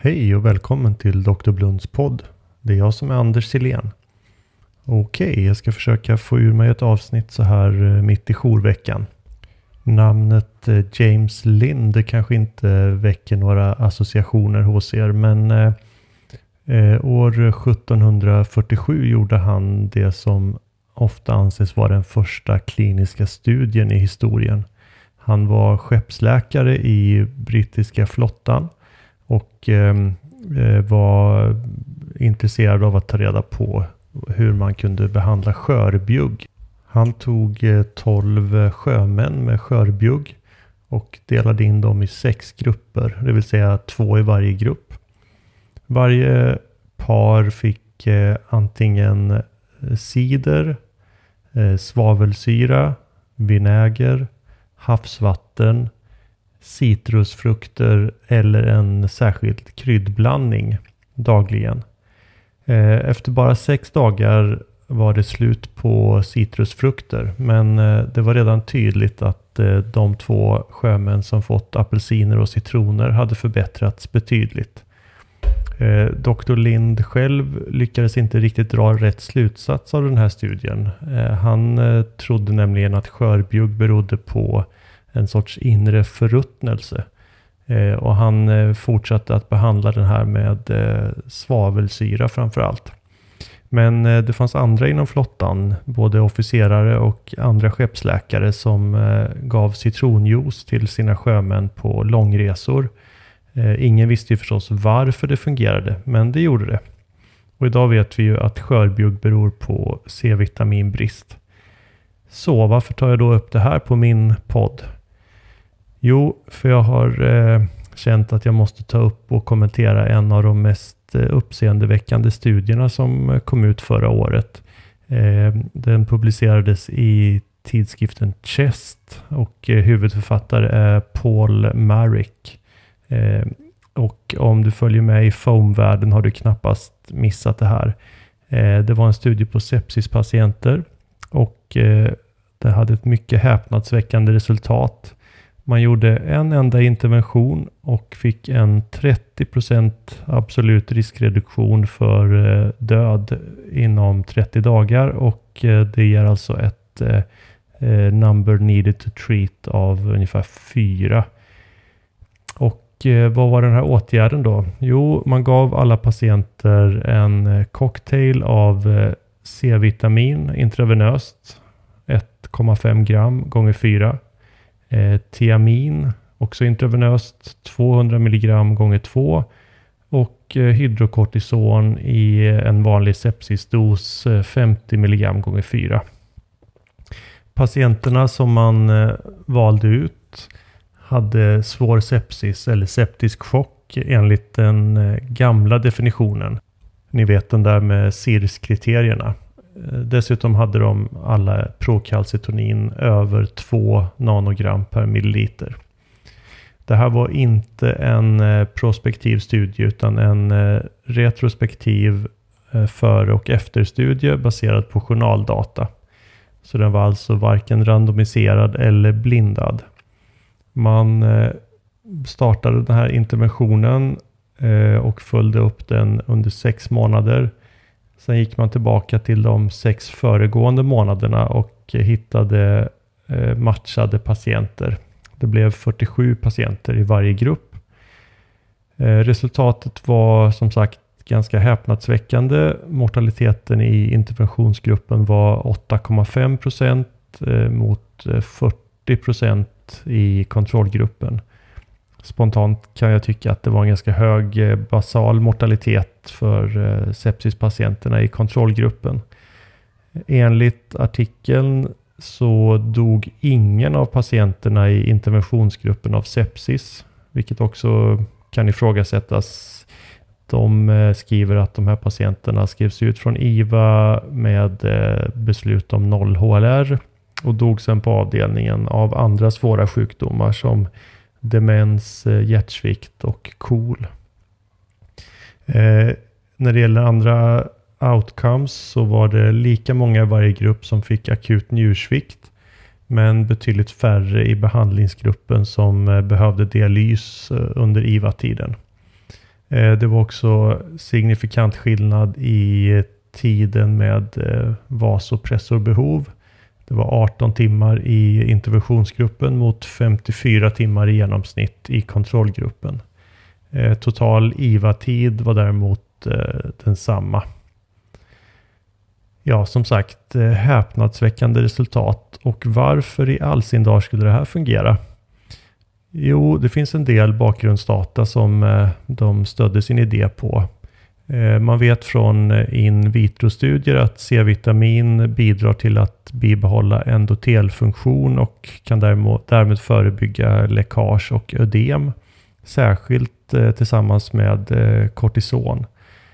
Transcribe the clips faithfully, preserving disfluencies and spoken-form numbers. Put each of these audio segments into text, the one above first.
Hej och välkommen till doktor Blunds podd. Det är jag som är Anders Silén. Okej, jag ska försöka få ur mig ett avsnitt så här mitt i jourveckan. Namnet James Lind det kanske inte väcker några associationer hos er, men eh, år sjuttonhundrafyrtiosju gjorde han det som ofta anses vara den första kliniska studien i historien. Han var skeppsläkare i brittiska flottan och eh, var intresserad av att ta reda på hur man kunde behandla skörbjugg. Han tog eh, tolv sjömän med skörbjugg och delade in dem i sex grupper, det vill säga två i varje grupp. Varje par fick eh, antingen cider, eh, svavelsyra, vinäger, havsvatten, citrusfrukter eller en särskild kryddblandning dagligen. Efter bara sex dagar var det slut på citrusfrukter, men det var redan tydligt att de två sjömän som fått apelsiner och citroner hade förbättrats betydligt. doktor Lind själv lyckades inte riktigt dra rätt slutsats av den här studien. Han trodde nämligen att skörbjugg berodde på en sorts inre förruttnelse. Eh, och han eh, fortsatte att behandla den här med eh, svavelsyra framförallt. Men eh, det fanns andra inom flottan, både officerare och andra skeppsläkare som eh, gav citronjuice till sina sjömän på långresor. Eh, ingen visste ju förstås varför det fungerade, men det gjorde det. Och idag vet vi ju att skörbjugg beror på C-vitaminbrist. Så varför tar jag då upp det här på min podd? Jo, för jag har eh, känt att jag måste ta upp och kommentera en av de mest eh, uppseendeväckande studierna som kom ut förra året. Eh, den publicerades i tidskriften Chest och eh, huvudförfattare är Paul Marik. Eh, och om du följer med i foamvärlden har du knappast missat det här. Eh, det var en studie på sepsispatienter och eh, det hade ett mycket häpnadsväckande resultat. Man gjorde en enda intervention och fick en trettio procent absolut riskreduktion för död inom trettio dagar. Och det ger alltså ett number needed to treat av ungefär fyra. Och vad var den här åtgärden då? Jo, man gav alla patienter en cocktail av C-vitamin intravenöst, ett komma fem gram gånger fyra. Eh, Thiamin, också intravenöst, tvåhundra milligram gånger två och eh, hydrokortison i en vanlig sepsisdos eh, femtio milligram gånger fyra. Patienterna som man eh, valde ut hade svår sepsis eller septisk chock enligt den eh, gamla definitionen. Ni vet den där med C I R S-kriterierna. Dessutom hade de alla prokalcitonin över två nanogram per milliliter. Det här var inte en prospektiv studie utan en retrospektiv före- och efterstudie baserad på journaldata. Så den var alltså varken randomiserad eller blindad. Man startade den här interventionen och följde upp den under sex månader. Sen gick man tillbaka till de sex föregående månaderna och hittade eh, matchade patienter. Det blev fyrtiosju patienter i varje grupp. Eh, resultatet var som sagt ganska häpnadsväckande. Mortaliteten i interventionsgruppen var åtta komma fem procent eh, mot fyrtio procent i kontrollgruppen. Spontant kan jag tycka att det var en ganska hög eh, basal mortalitet för eh, sepsispatienterna i kontrollgruppen. Enligt artikeln så dog ingen av patienterna i interventionsgruppen av sepsis, vilket också kan ifrågasättas. De eh, skriver att de här patienterna skrevs ut från I V A med eh, beslut om noll H L R och dog sedan på avdelningen av andra svåra sjukdomar som demens, hjärtsvikt och KOL. Eh, när det gäller andra outcomes så var det lika många i varje grupp som fick akut njursvikt, men betydligt färre i behandlingsgruppen som eh, behövde dialys eh, under I V A-tiden. Det var också signifikant skillnad i tiden med vasopressorbehov. Det var arton timmar i interventionsgruppen mot femtiofyra timmar i genomsnitt i kontrollgruppen. Total I V A-tid var däremot densamma. Ja, som sagt, häpnadsväckande resultat. Och varför i all sin dag skulle det här fungera? Jo, det finns en del bakgrundsdata som de stödde sin idé på. Man vet från in vitro-studier att C-vitamin bidrar till att bibehålla endotelfunktion och kan därmed förebygga läckage och ödem. Särskilt tillsammans med kortison.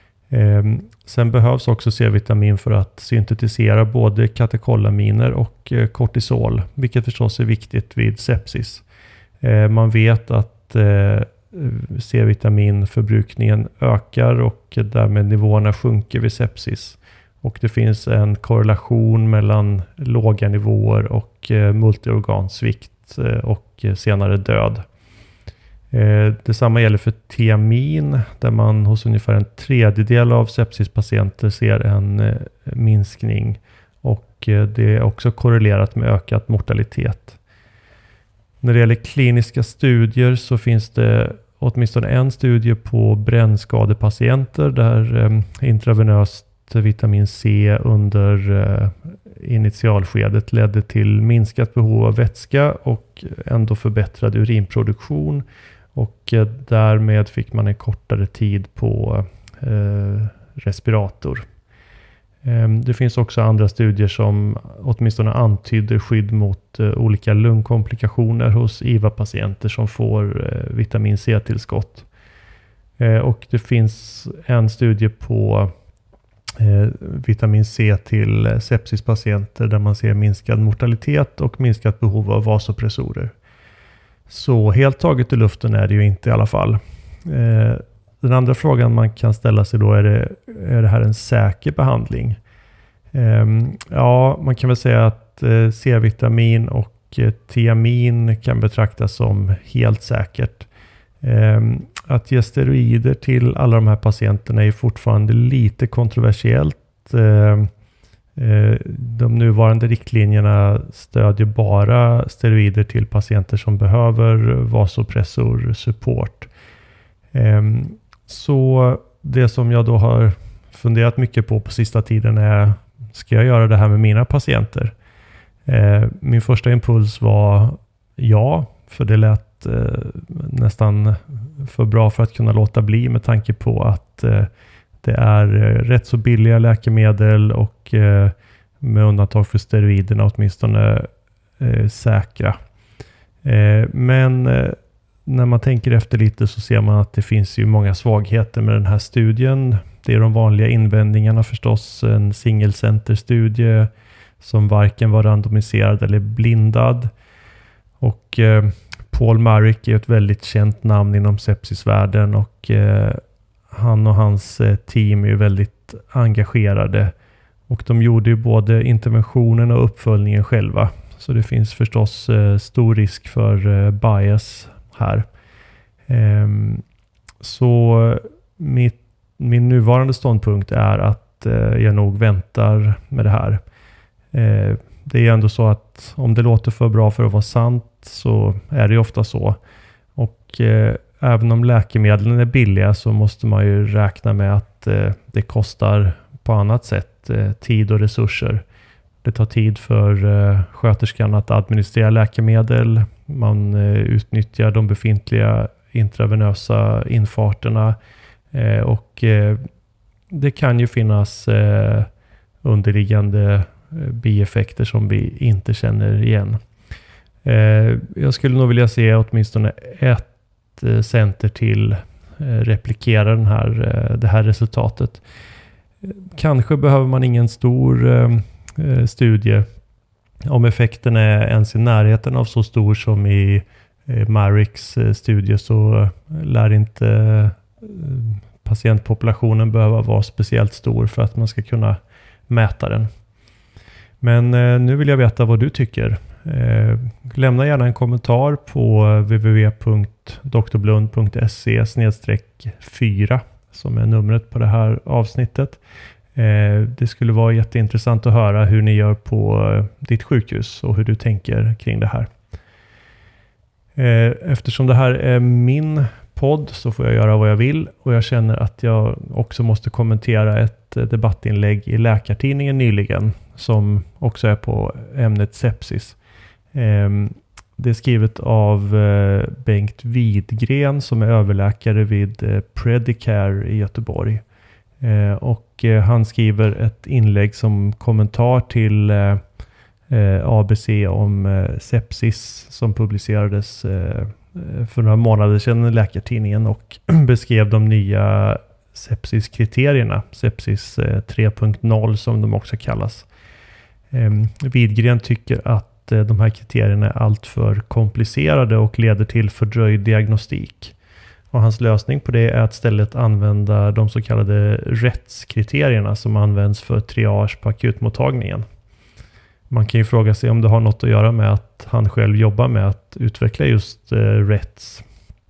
Sen behövs också C-vitamin för att syntetisera både katekolaminer och kortisol, vilket förstås är viktigt vid sepsis. Man vet att C-vitaminförbrukningen ökar och därmed nivåerna sjunker vid sepsis. Och det finns en korrelation mellan låga nivåer och multiorgansvikt och senare död. Detsamma gäller för thiamin, där man hos ungefär en tredjedel av sepsispatienter ser en minskning, och det är också korrelerat med ökad mortalitet. När det gäller kliniska studier så finns det åtminstone en studie på brännskadepatienter där intravenöst vitamin C under initialskedet ledde till minskat behov av vätska och ändå förbättrad urinproduktion, och därmed fick man en kortare tid på eh, respirator. Det finns också andra studier som åtminstone antyder skydd mot uh, olika lungkomplikationer hos I V A-patienter som får uh, vitamin C-tillskott. Uh, och det finns en studie på uh, vitamin C till sepsispatienter där man ser minskad mortalitet och minskat behov av vasopressorer. Så helt taget i luften är det ju inte i alla fall. Uh, Den andra frågan man kan ställa sig då är, det, är det här en säker behandling? Um, ja, man kan väl säga att uh, C-vitamin och uh, thiamin kan betraktas som helt säkert. Um, att ge steroider till alla de här patienterna är fortfarande lite kontroversiellt. Uh, uh, de nuvarande riktlinjerna stödjer bara steroider till patienter som behöver vasopressor support. Um, Så det som jag då har funderat mycket på på sista tiden är, ska jag göra det här med mina patienter? Eh, min första impuls var ja, för det lät eh, nästan för bra för att kunna låta bli, med tanke på att eh, det är rätt så billiga läkemedel och eh, med undantag för steroiderna åtminstone eh, säkra. Eh, men eh, När man tänker efter lite så ser man att det finns ju många svagheter med den här studien. Det är de vanliga invändningarna förstås. En singelcenterstudie som varken var randomiserad eller blindad. Och eh, Paul Marik är ett väldigt känt namn inom sepsisvärlden, och eh, han och hans eh, team är ju väldigt engagerade. Och de gjorde ju både interventionen och uppföljningen själva. Så det finns förstås eh, stor risk för eh, bias här. Um, så mitt, min nuvarande ståndpunkt är att uh, jag nog väntar med det här. Uh, det är ju ändå så att om det låter för bra för att vara sant så är det ju ofta så. Och uh, även om läkemedlen är billiga så måste man ju räkna med att uh, det kostar på annat sätt uh, tid och resurser. Det tar tid för uh, sköterskan att administrera läkemedel. Man uh, utnyttjar de befintliga intravenösa infarterna. Uh, och uh, det kan ju finnas uh, underliggande uh, bieffekter som vi inte känner igen. Uh, jag skulle nog vilja se åtminstone ett uh, center till uh, replikera den här, uh, det här resultatet. Uh, kanske behöver man ingen stor uh, studie. Om effekten är ens i närheten av så stor som i eh, Mariks eh, studie, så lär inte eh, patientpopulationen behöva vara speciellt stor för att man ska kunna mäta den. Men eh, nu vill jag veta vad du tycker. Eh, lämna gärna en kommentar på w w w punkt d r blund punkt s e snedstreck fyra som är numret på det här avsnittet. Eh, det skulle vara jätteintressant att höra hur ni gör på eh, ditt sjukhus och hur du tänker kring det här. Eh, eftersom det här är min podd så får jag göra vad jag vill, och jag känner att jag också måste kommentera ett eh, debattinlägg i Läkartidningen nyligen som också är på ämnet sepsis. Eh, det är skrivet av eh, Bengt Widgren som är överläkare vid eh, Predicare i Göteborg. Eh, och eh, han skriver ett inlägg som kommentar till eh, eh, A B C om eh, sepsis som publicerades eh, för några månader sedan i Läkartidningen, och beskrev de nya sepsiskriterierna, sepsis eh, tre punkt noll som de också kallas. Eh, Widgren tycker att eh, de här kriterierna är alltför komplicerade och leder till fördröjd diagnostik. Och hans lösning på det är att istället använda de så kallade rättskriterierna som används för triage på akutmottagningen. Man kan ju fråga sig om det har något att göra med att han själv jobbar med att utveckla just eh, rätts.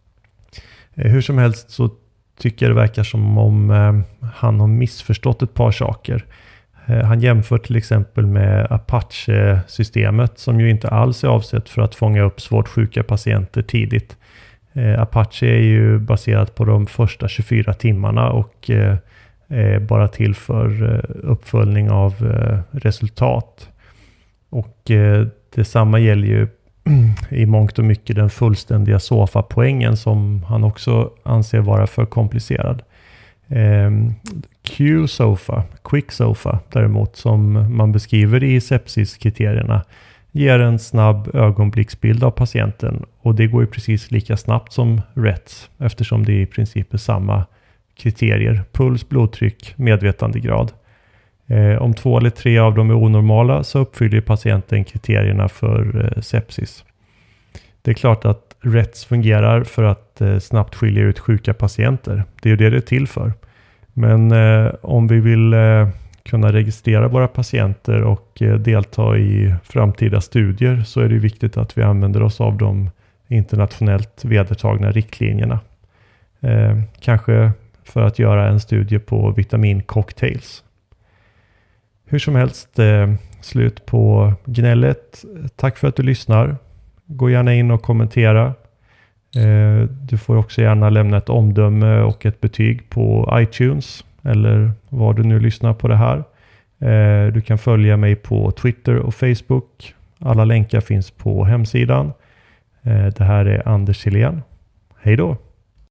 Eh, hur som helst så tycker jag det verkar som om eh, han har missförstått ett par saker. Eh, han jämför till exempel med Apache-systemet som ju inte alls är avsett för att fånga upp svårt sjuka patienter tidigt. Eh, Apache är ju baserat på de första tjugofyra timmarna och eh, är bara till för eh, uppföljning av eh, resultat. Och eh, detsamma gäller ju i mångt och mycket den fullständiga S O F A-poängen som han också anser vara för komplicerad. Eh, Q-S O F A, Quick-S O F A däremot, som man beskriver i sepsiskriterierna, ger en snabb ögonblicksbild av patienten, och det går ju precis lika snabbt som rätts eftersom det i princip är samma kriterier: puls, blodtryck, medvetandegrad. Eh, om två eller tre av dem är onormala så uppfyller patienten kriterierna för eh, sepsis. Det är klart att rätts fungerar för att eh, snabbt skilja ut sjuka patienter. Det är ju det det är till för. Men eh, om vi vill eh, kunna registrera våra patienter och eh, delta i framtida studier så är det viktigt att vi använder oss av de internationellt vedertagna riktlinjerna. Eh, kanske för att göra en studie på vitamincocktails. Hur som helst, eh, slut på gnället. Tack för att du lyssnar. Gå gärna in och kommentera. Eh, du får också gärna lämna ett omdöme och ett betyg på iTunes eller var du nu lyssnar på det här. Eh, du kan följa mig på Twitter och Facebook. Alla länkar finns på hemsidan. Eh, det här är Anders Helén. Hej då!